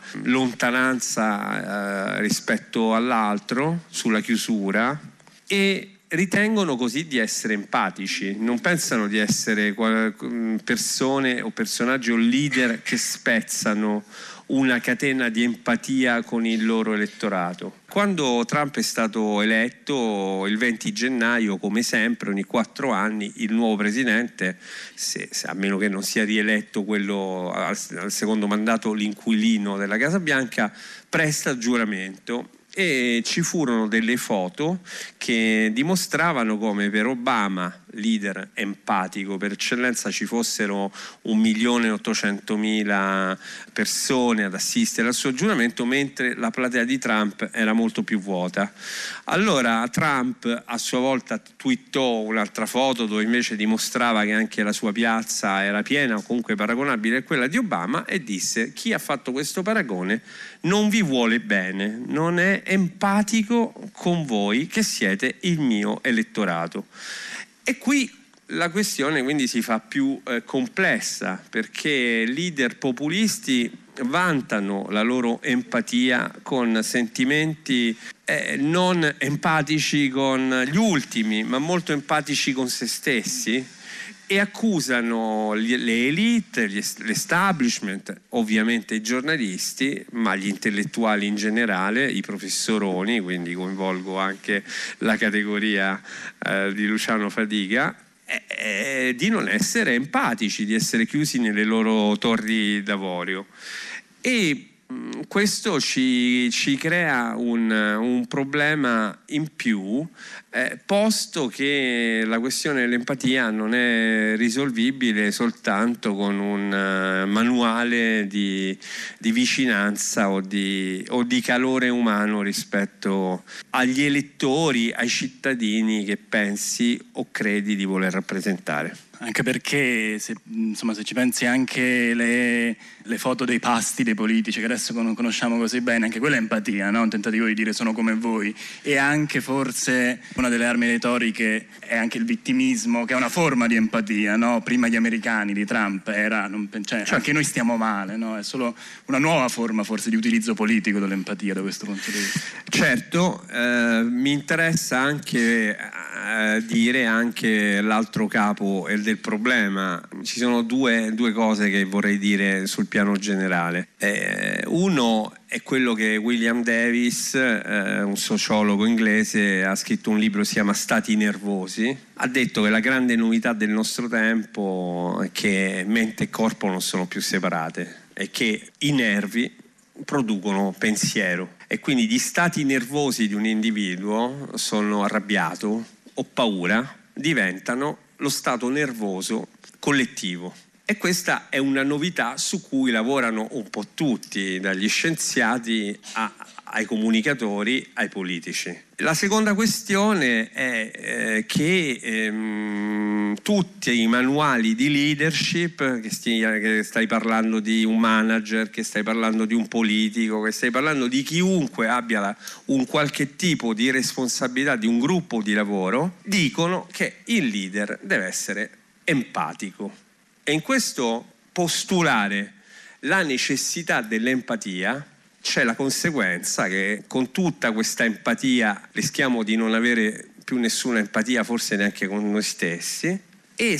lontananza rispetto all'altro, sulla chiusura, e ritengono così di essere empatici. Non pensano di essere persone o personaggi o leader che spezzano una catena di empatia con il loro elettorato. Quando Trump è stato eletto il 20 gennaio, come sempre, ogni 4 anni, il nuovo presidente, a meno che non sia rieletto quello al secondo mandato, l'inquilino della Casa Bianca, presta il giuramento. E ci furono delle foto che dimostravano come per Obama leader empatico per eccellenza, ci fossero 1.800.000 persone ad assistere al suo giuramento, mentre la platea di Trump era molto più vuota. Allora Trump a sua volta twittò un'altra foto dove invece dimostrava che anche la sua piazza era piena o comunque paragonabile a quella di Obama, e disse: chi ha fatto questo paragone non vi vuole bene, non è empatico con voi che siete il mio elettorato. E qui la questione quindi si fa più complessa, perché leader populisti vantano la loro empatia con sentimenti non empatici con gli ultimi, ma molto empatici con se stessi, e accusano le elite, l'establishment, ovviamente i giornalisti, ma gli intellettuali in generale, i professoroni, quindi coinvolgo anche la categoria di Luciano Fadiga, di non essere empatici, di essere chiusi nelle loro torri d'avorio. E questo ci crea un problema in più, posto che la questione dell'empatia non è risolvibile soltanto con un manuale di vicinanza o di calore umano rispetto agli elettori, ai cittadini che pensi o credi di voler rappresentare. Anche perché se ci pensi anche le foto dei pasti dei politici che adesso conosciamo così bene, anche quella è empatia, no? Un tentativo di dire sono come voi. E anche forse una delle armi retoriche è anche il vittimismo, che è una forma di empatia, no? Prima gli americani di Trump era certo. Anche noi stiamo male, no? È solo una nuova forma forse di utilizzo politico dell'empatia da questo punto di vista. Certo, mi interessa anche dire anche l'altro capo del problema. Ci sono due cose che vorrei dire sul piano generale. Uno è quello che William Davis, un sociologo inglese, ha scritto un libro, si chiama Stati nervosi. Ha detto che la grande novità del nostro tempo è che mente e corpo non sono più separate e che i nervi producono pensiero, e quindi gli stati nervosi di un individuo, sono arrabbiato o paura, diventano lo stato nervoso collettivo. E questa è una novità su cui lavorano un po' tutti, dagli scienziati ai comunicatori, ai politici. La seconda questione è che tutti i manuali di leadership, che stai parlando di un manager, che stai parlando di un politico, che stai parlando di chiunque abbia un qualche tipo di responsabilità di un gruppo di lavoro, dicono che il leader deve essere empatico. E in questo postulare la necessità dell'empatia c'è la conseguenza che con tutta questa empatia rischiamo di non avere più nessuna empatia, forse neanche con noi stessi, e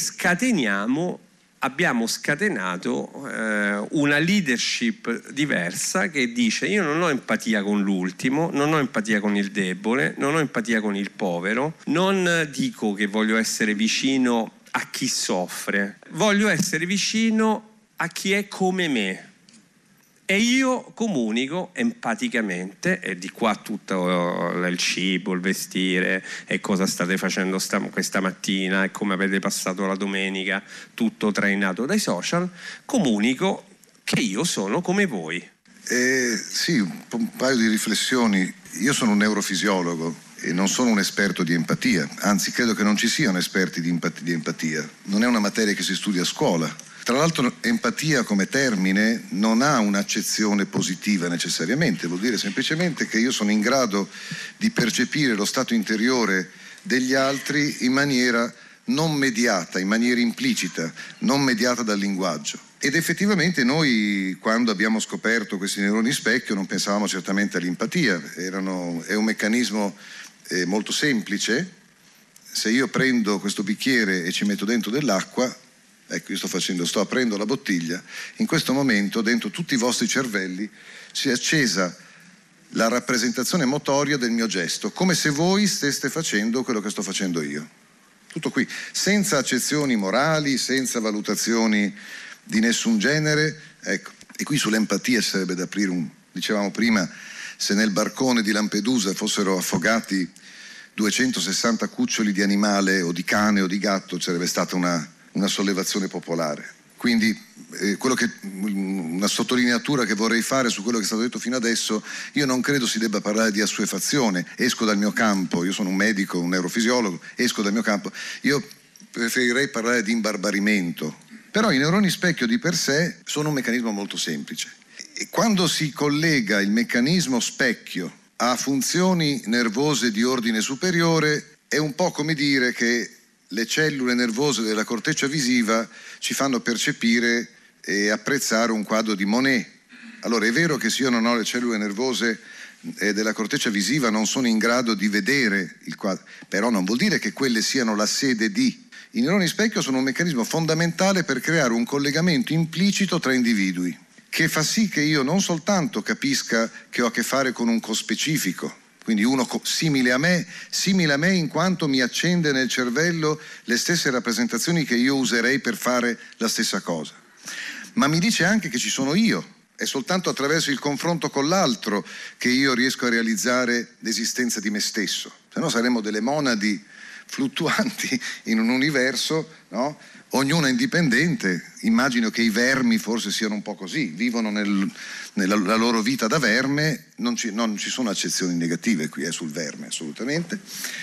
abbiamo scatenato una leadership diversa che dice: io non ho empatia con l'ultimo, non ho empatia con il debole, non ho empatia con il povero, non dico che voglio essere vicino a chi soffre, voglio essere vicino a chi è come me, e io comunico empaticamente, e di qua tutto il cibo, il vestire, e cosa state facendo questa mattina, e come avete passato la domenica, tutto trainato dai social. Comunico che io sono come voi. Sì, un paio di riflessioni. Io sono un neurofisiologo e non sono un esperto di empatia, anzi credo che non ci siano esperti di empatia, non è una materia che si studia a scuola. Tra l'altro empatia come termine non ha un'accezione positiva necessariamente, vuol dire semplicemente che io sono in grado di percepire lo stato interiore degli altri in maniera non mediata, in maniera implicita, non mediata dal linguaggio. Ed effettivamente noi, quando abbiamo scoperto questi neuroni specchio, non pensavamo certamente all'empatia, è un meccanismo molto semplice. Se io prendo questo bicchiere e ci metto dentro dell'acqua, ecco, io sto aprendo la bottiglia, in questo momento dentro tutti i vostri cervelli si è accesa la rappresentazione motoria del mio gesto, come se voi steste facendo quello che sto facendo io. Tutto qui, senza accezioni morali, senza valutazioni di nessun genere, ecco. E qui sull'empatia ci sarebbe da aprire dicevamo prima, se nel barcone di Lampedusa fossero affogati 260 cuccioli di animale o di cane o di gatto sarebbe stata una sollevazione popolare. Quindi una sottolineatura che vorrei fare su quello che è stato detto fino adesso: io non credo si debba parlare di assuefazione, esco dal mio campo, io sono un medico, un neurofisiologo, esco dal mio campo, io preferirei parlare di imbarbarimento. Però i neuroni specchio di per sé sono un meccanismo molto semplice, e quando si collega il meccanismo specchio a funzioni nervose di ordine superiore è un po' come dire che le cellule nervose della corteccia visiva ci fanno percepire e apprezzare un quadro di Monet. Allora è vero che se io non ho le cellule nervose della corteccia visiva non sono in grado di vedere il quadro, però non vuol dire che quelle siano la sede di. I neuroni specchio sono un meccanismo fondamentale per creare un collegamento implicito tra individui, che fa sì che io non soltanto capisca che ho a che fare con un cospecifico, quindi uno simile a me in quanto mi accende nel cervello le stesse rappresentazioni che io userei per fare la stessa cosa, ma mi dice anche che ci sono io. È soltanto attraverso il confronto con l'altro che io riesco a realizzare l'esistenza di me stesso, se no saremmo delle monadi fluttuanti in un universo, no? Ognuna indipendente. Immagino che i vermi forse siano un po' così, vivono nella loro vita da verme, non ci sono accezioni negative qui sul verme, assolutamente.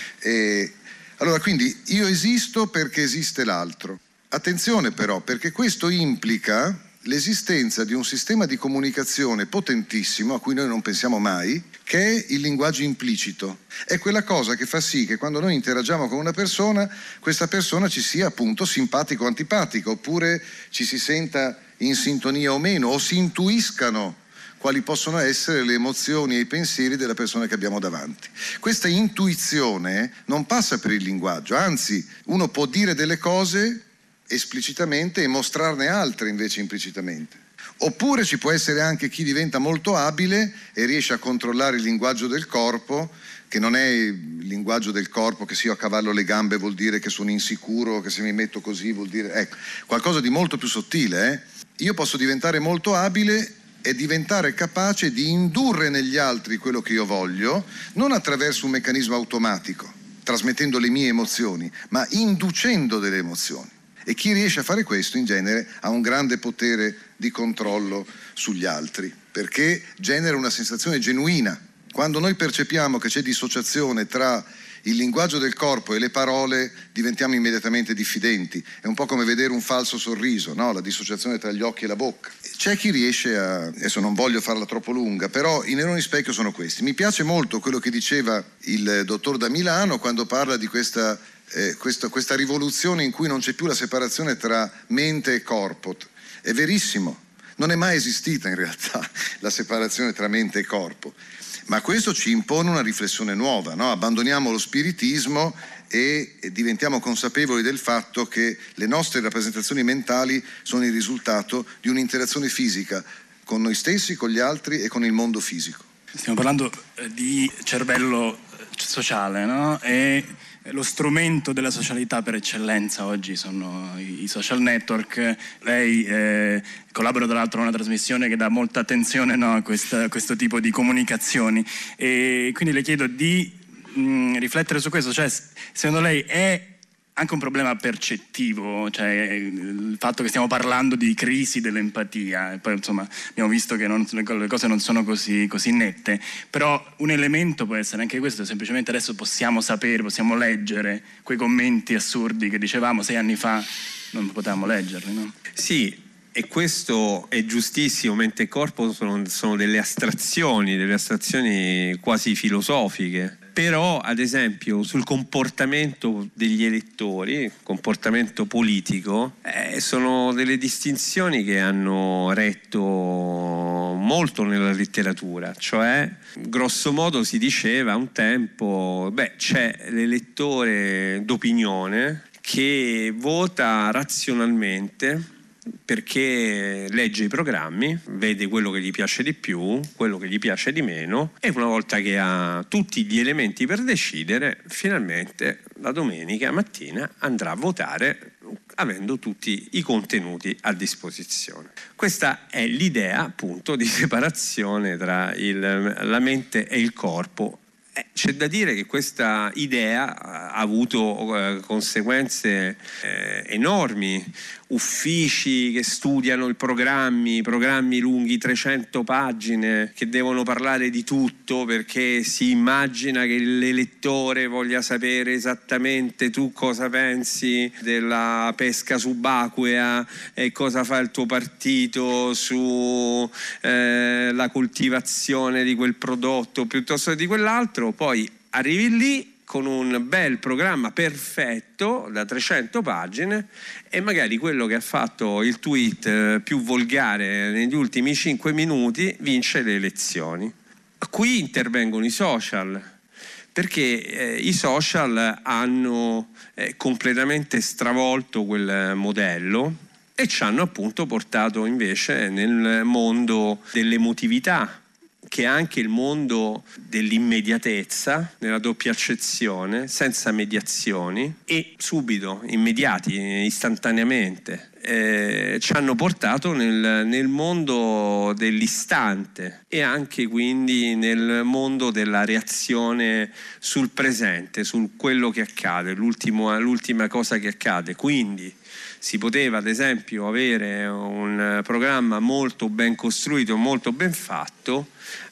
Allora, quindi io esisto perché esiste l'altro. Attenzione però, perché questo implica l'esistenza di un sistema di comunicazione potentissimo a cui noi non pensiamo mai, che è il linguaggio implicito. È quella cosa che fa sì che quando noi interagiamo con una persona, questa persona ci sia appunto simpatico o antipatica, oppure ci si senta in sintonia o meno, o si intuiscano quali possono essere le emozioni e i pensieri della persona che abbiamo davanti. Questa intuizione non passa per il linguaggio, anzi uno può dire delle cose esplicitamente e mostrarne altre invece implicitamente. Oppure ci può essere anche chi diventa molto abile e riesce a controllare il linguaggio del corpo, che non è il linguaggio del corpo che se io accavallo le gambe vuol dire che sono insicuro, che se mi metto così vuol dire... Ecco, qualcosa di molto più sottile. Io posso diventare molto abile e diventare capace di indurre negli altri quello che io voglio, non attraverso un meccanismo automatico, trasmettendo le mie emozioni, ma inducendo delle emozioni. E chi riesce a fare questo in genere ha un grande potere di controllo sugli altri, perché genera una sensazione genuina. Quando noi percepiamo che c'è dissociazione tra il linguaggio del corpo e le parole, diventiamo immediatamente diffidenti. È un po' come vedere un falso sorriso, no? La dissociazione tra gli occhi e la bocca. C'è chi riesce a... Adesso non voglio farla troppo lunga, però i neuroni specchio sono questi. Mi piace molto quello che diceva il dottor da Milano quando parla di questa rivoluzione in cui non c'è più la separazione tra mente e corpo. È verissimo, non è mai esistita in realtà la separazione tra mente e corpo, ma questo ci impone una riflessione nuova, no? Abbandoniamo lo spiritismo e diventiamo consapevoli del fatto che le nostre rappresentazioni mentali sono il risultato di un'interazione fisica con noi stessi, con gli altri e con il mondo fisico. Stiamo parlando di cervello sociale, no? E lo strumento della socialità per eccellenza oggi sono i social network. Lei collabora tra l'altro a una trasmissione che dà molta attenzione, no, a questo tipo di comunicazioni, e quindi le chiedo di riflettere su questo. Cioè, secondo lei è anche un problema percettivo, cioè il fatto che stiamo parlando di crisi dell'empatia, e poi insomma abbiamo visto che le cose non sono così nette, però un elemento può essere anche questo: semplicemente adesso possiamo leggere quei commenti assurdi che dicevamo 6 anni fa non potevamo leggerli, no? Sì, e questo è giustissimo. Mente e corpo sono delle astrazioni quasi filosofiche. Però, ad esempio, sul comportamento degli elettori, comportamento politico, sono delle distinzioni che hanno retto molto nella letteratura. Cioè, grosso modo si diceva un tempo, c'è l'elettore d'opinione che vota razionalmente perché legge i programmi, vede quello che gli piace di più, quello che gli piace di meno, e una volta che ha tutti gli elementi per decidere, finalmente la domenica mattina andrà a votare avendo tutti i contenuti a disposizione. Questa è l'idea appunto di separazione tra la mente e il corpo, C'è da dire che questa idea ha avuto conseguenze enormi. Uffici che studiano i programmi lunghi 300 pagine che devono parlare di tutto, perché si immagina che l'elettore voglia sapere esattamente tu cosa pensi della pesca subacquea e cosa fa il tuo partito su la coltivazione di quel prodotto piuttosto di quell'altro. Poi arrivi lì con un bel programma perfetto da 300 pagine e magari quello che ha fatto il tweet più volgare negli ultimi 5 minuti vince le elezioni. Qui intervengono i social, perché i social hanno completamente stravolto quel modello e ci hanno appunto portato invece nel mondo dell'emotività, che è anche il mondo dell'immediatezza, nella doppia accezione, senza mediazioni e subito, immediati, istantaneamente. Ci hanno portato nel mondo dell'istante e anche quindi nel mondo della reazione sul presente, su quello che accade, l'ultima cosa che accade. Quindi si poteva ad esempio avere un programma molto ben costruito, molto ben fatto,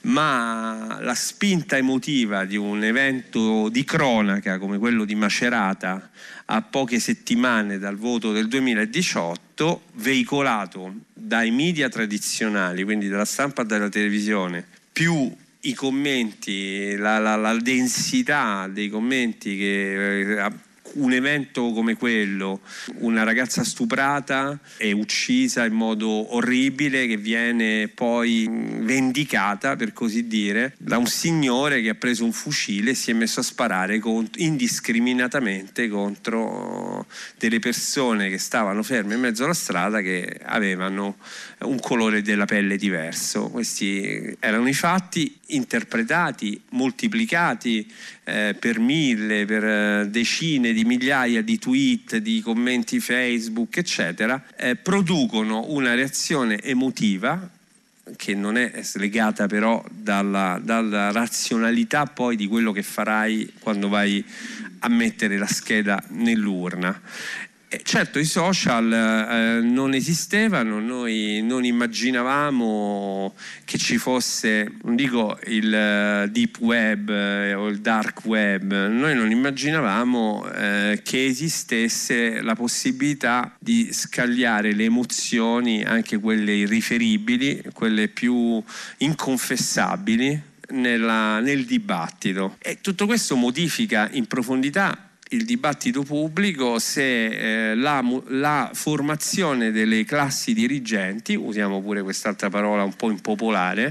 ma la spinta emotiva di un evento di cronaca come quello di Macerata a poche settimane dal voto del 2018, veicolato dai media tradizionali, quindi dalla stampa e dalla televisione, più i commenti, la densità dei commenti che un evento come quello, una ragazza stuprata e uccisa in modo orribile, che viene poi vendicata, per così dire, da un signore che ha preso un fucile e si è messo a sparare indiscriminatamente contro delle persone che stavano ferme in mezzo alla strada, che avevano un colore della pelle diverso. Questi erano i fatti interpretati, moltiplicati per 1000, per decine di migliaia di tweet, di commenti Facebook, eccetera, producono una reazione emotiva che non è slegata però dalla razionalità poi di quello che farai quando vai a mettere la scheda nell'urna. Certo, i social non esistevano, noi non immaginavamo che ci fosse, non dico il deep web o il dark web, noi non immaginavamo che esistesse la possibilità di scagliare le emozioni, anche quelle irriferibili, quelle più inconfessabili, nel dibattito. E tutto questo modifica in profondità il dibattito pubblico se la formazione delle classi dirigenti, usiamo pure quest'altra parola un po' impopolare,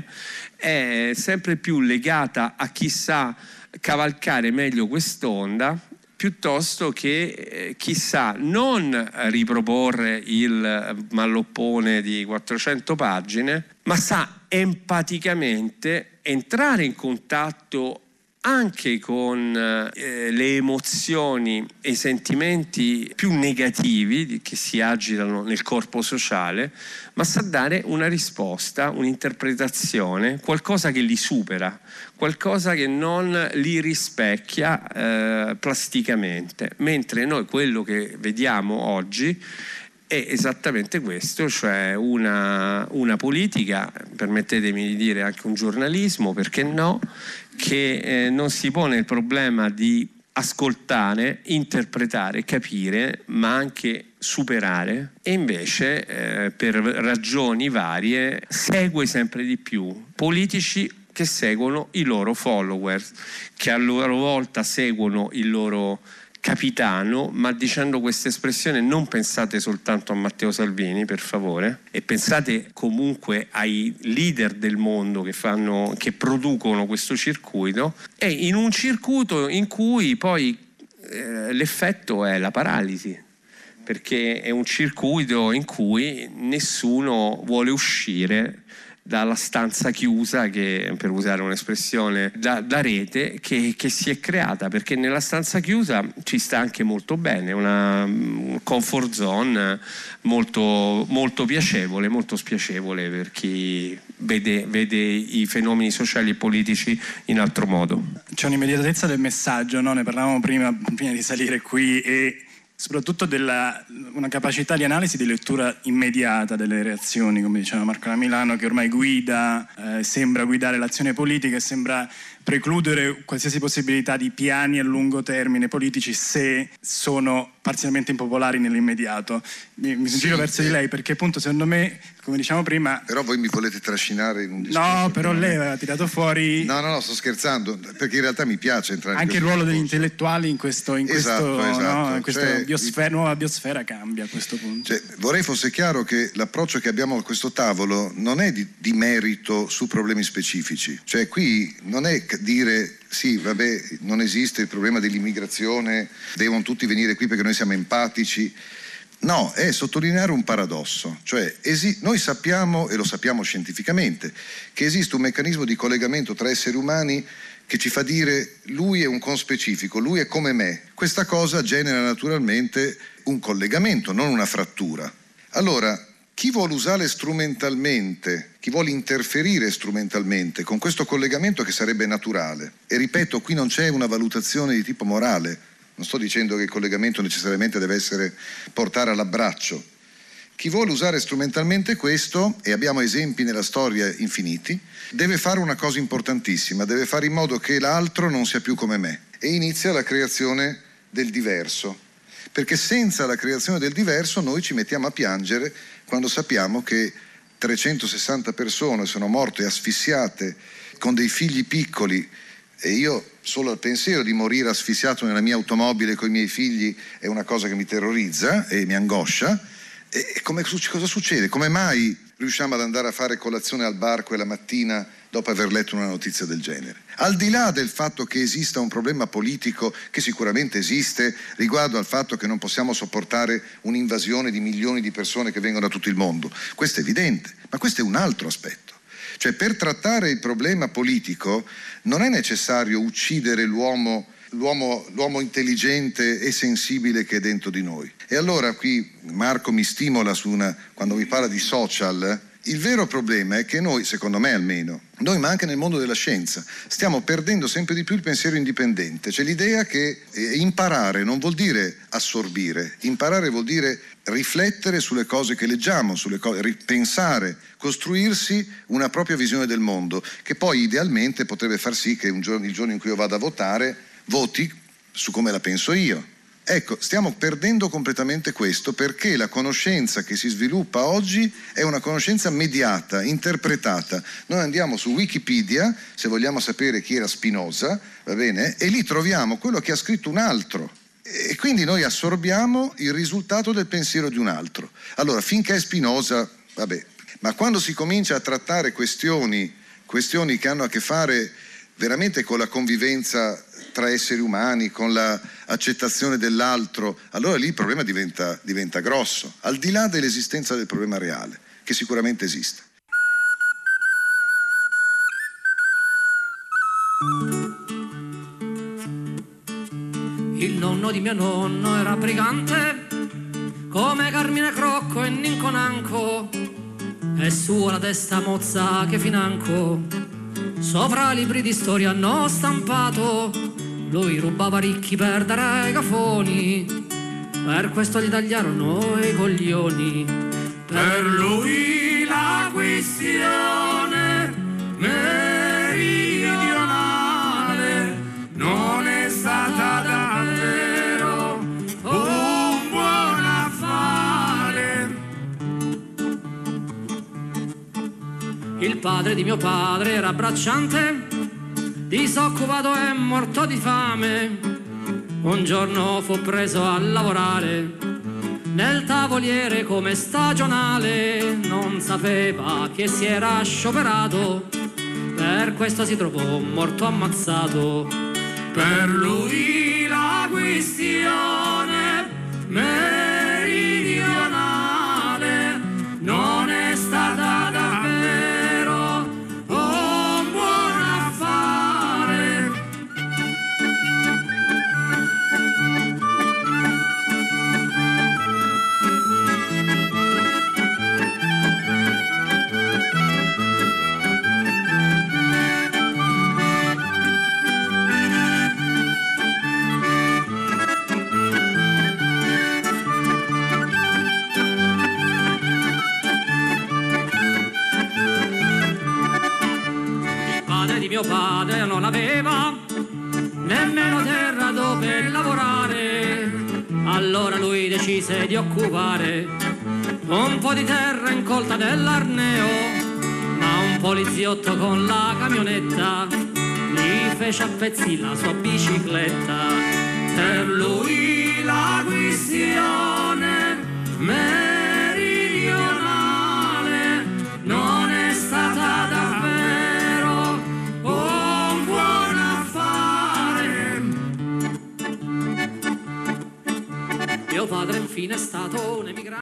è sempre più legata a chi sa cavalcare meglio quest'onda, piuttosto che chissà non riproporre il malloppone di 400 pagine, ma sa empaticamente entrare in contatto anche con le emozioni e i sentimenti più negativi che si agitano nel corpo sociale, ma sa dare una risposta, un'interpretazione, qualcosa che li supera, qualcosa che non li rispecchia plasticamente, mentre noi quello che vediamo oggi è esattamente questo, cioè una politica, permettetemi di dire anche un giornalismo, perché no, che non si pone il problema di ascoltare, interpretare, capire, ma anche superare, e invece per ragioni varie segue sempre di più politici che seguono i loro followers, che a loro volta seguono il loro capitano. Ma dicendo questa espressione non pensate soltanto a Matteo Salvini, per favore, e pensate comunque ai leader del mondo che producono questo circuito, e in un circuito in cui poi l'effetto è la paralisi, perché è un circuito in cui nessuno vuole uscire dalla stanza chiusa, che per usare un'espressione da rete, che si è creata, perché nella stanza chiusa ci sta anche molto bene, una comfort zone molto, molto piacevole, molto spiacevole per chi vede i fenomeni sociali e politici in altro modo. C'è un'immediatezza del messaggio, no? Ne parlavamo prima di salire qui, e soprattutto una capacità di analisi, di lettura immediata delle reazioni, come diceva Marco da Milano, che ormai guida, sembra guidare l'azione politica e sembra precludere qualsiasi possibilità di piani a lungo termine politici se sono parzialmente impopolari nell'immediato. Mi giro verso di lei, perché appunto secondo me, come diciamo prima... Però voi mi volete trascinare in un discorso... No, però lei aveva tirato fuori... No, sto scherzando, perché in realtà mi piace entrare anche in il ruolo discorso. degli intellettuali in questa nuova biosfera cambia a questo punto. Vorrei fosse chiaro che l'approccio che abbiamo a questo tavolo non è di merito su problemi specifici. Cioè qui non è dire sì, vabbè, non esiste il problema dell'immigrazione, devono tutti venire qui perché noi siamo empatici. No, è sottolineare un paradosso. Cioè noi sappiamo, e lo sappiamo scientificamente, che esiste un meccanismo di collegamento tra esseri umani che ci fa dire lui è un conspecifico, lui è come me. Questa cosa genera naturalmente un collegamento, non una frattura. Allora, chi vuole usare strumentalmente, chi vuole interferire strumentalmente con questo collegamento che sarebbe naturale, e ripeto, qui non c'è una valutazione di tipo morale, non sto dicendo che il collegamento necessariamente deve essere portare all'abbraccio, chi vuole usare strumentalmente questo, e abbiamo esempi nella storia infiniti, deve fare una cosa importantissima, deve fare in modo che l'altro non sia più come me, e inizia la creazione del diverso, perché senza la creazione del diverso noi ci mettiamo a piangere quando sappiamo che 360 persone sono morte asfissiate con dei figli piccoli, e io solo al pensiero di morire asfissiato nella mia automobile con i miei figli è una cosa che mi terrorizza e mi angoscia. E cosa succede? Come mai riusciamo ad andare a fare colazione al bar quella mattina dopo aver letto una notizia del genere? Al di là del fatto che esista un problema politico, che sicuramente esiste, riguardo al fatto che non possiamo sopportare un'invasione di milioni di persone che vengono da tutto il mondo, questo è evidente, ma questo è un altro aspetto. Cioè, per trattare il problema politico non è necessario uccidere l'uomo intelligente e sensibile che è dentro di noi. E allora qui Marco mi stimola quando mi parla di social. Il vero problema è che noi, secondo me almeno, noi ma anche nel mondo della scienza, stiamo perdendo sempre di più il pensiero indipendente. C'è l'idea che imparare non vuol dire assorbire, imparare vuol dire riflettere sulle cose che leggiamo, ripensare, costruirsi una propria visione del mondo, che poi idealmente potrebbe far sì che il giorno in cui io vado a votare, voti su come la penso io. Ecco, stiamo perdendo completamente questo, perché la conoscenza che si sviluppa oggi è una conoscenza mediata, interpretata. Noi andiamo su Wikipedia, se vogliamo sapere chi era Spinoza, va bene? E lì troviamo quello che ha scritto un altro. E quindi noi assorbiamo il risultato del pensiero di un altro. Allora, finché è Spinoza, vabbè, ma quando si comincia a trattare questioni che hanno a che fare veramente con la convivenza tra esseri umani, con l'accettazione dell'altro, allora lì il problema diventa grosso, al di là dell'esistenza del problema reale, che sicuramente esiste. Il nonno di mio nonno era brigante, come Carmine Crocco e Ninco Nanco, e su la testa mozza che financo, sopra libri di storia hanno stampato. Lui rubava ricchi per dare ai cafoni, per questo gli tagliarono i coglioni. Per lui la questione meridionale non è stata davvero un buon affare. Il padre di mio padre era bracciante, disoccupato e morto di fame. Un giorno fu preso a lavorare nel tavoliere come stagionale. Non sapeva che si era scioperato, per questo si trovò morto ammazzato. Per lui la questione meridionale non è stata davvero mio padre non aveva nemmeno terra dove lavorare. Allora lui decise di occupare un po' di terra in colta dell'Arneo, ma un poliziotto con la camionetta gli fece a pezzi la sua bicicletta. Per lui la questione meridionale non è stata davvero un buon affare. Mio padre infine è stato un emigrante.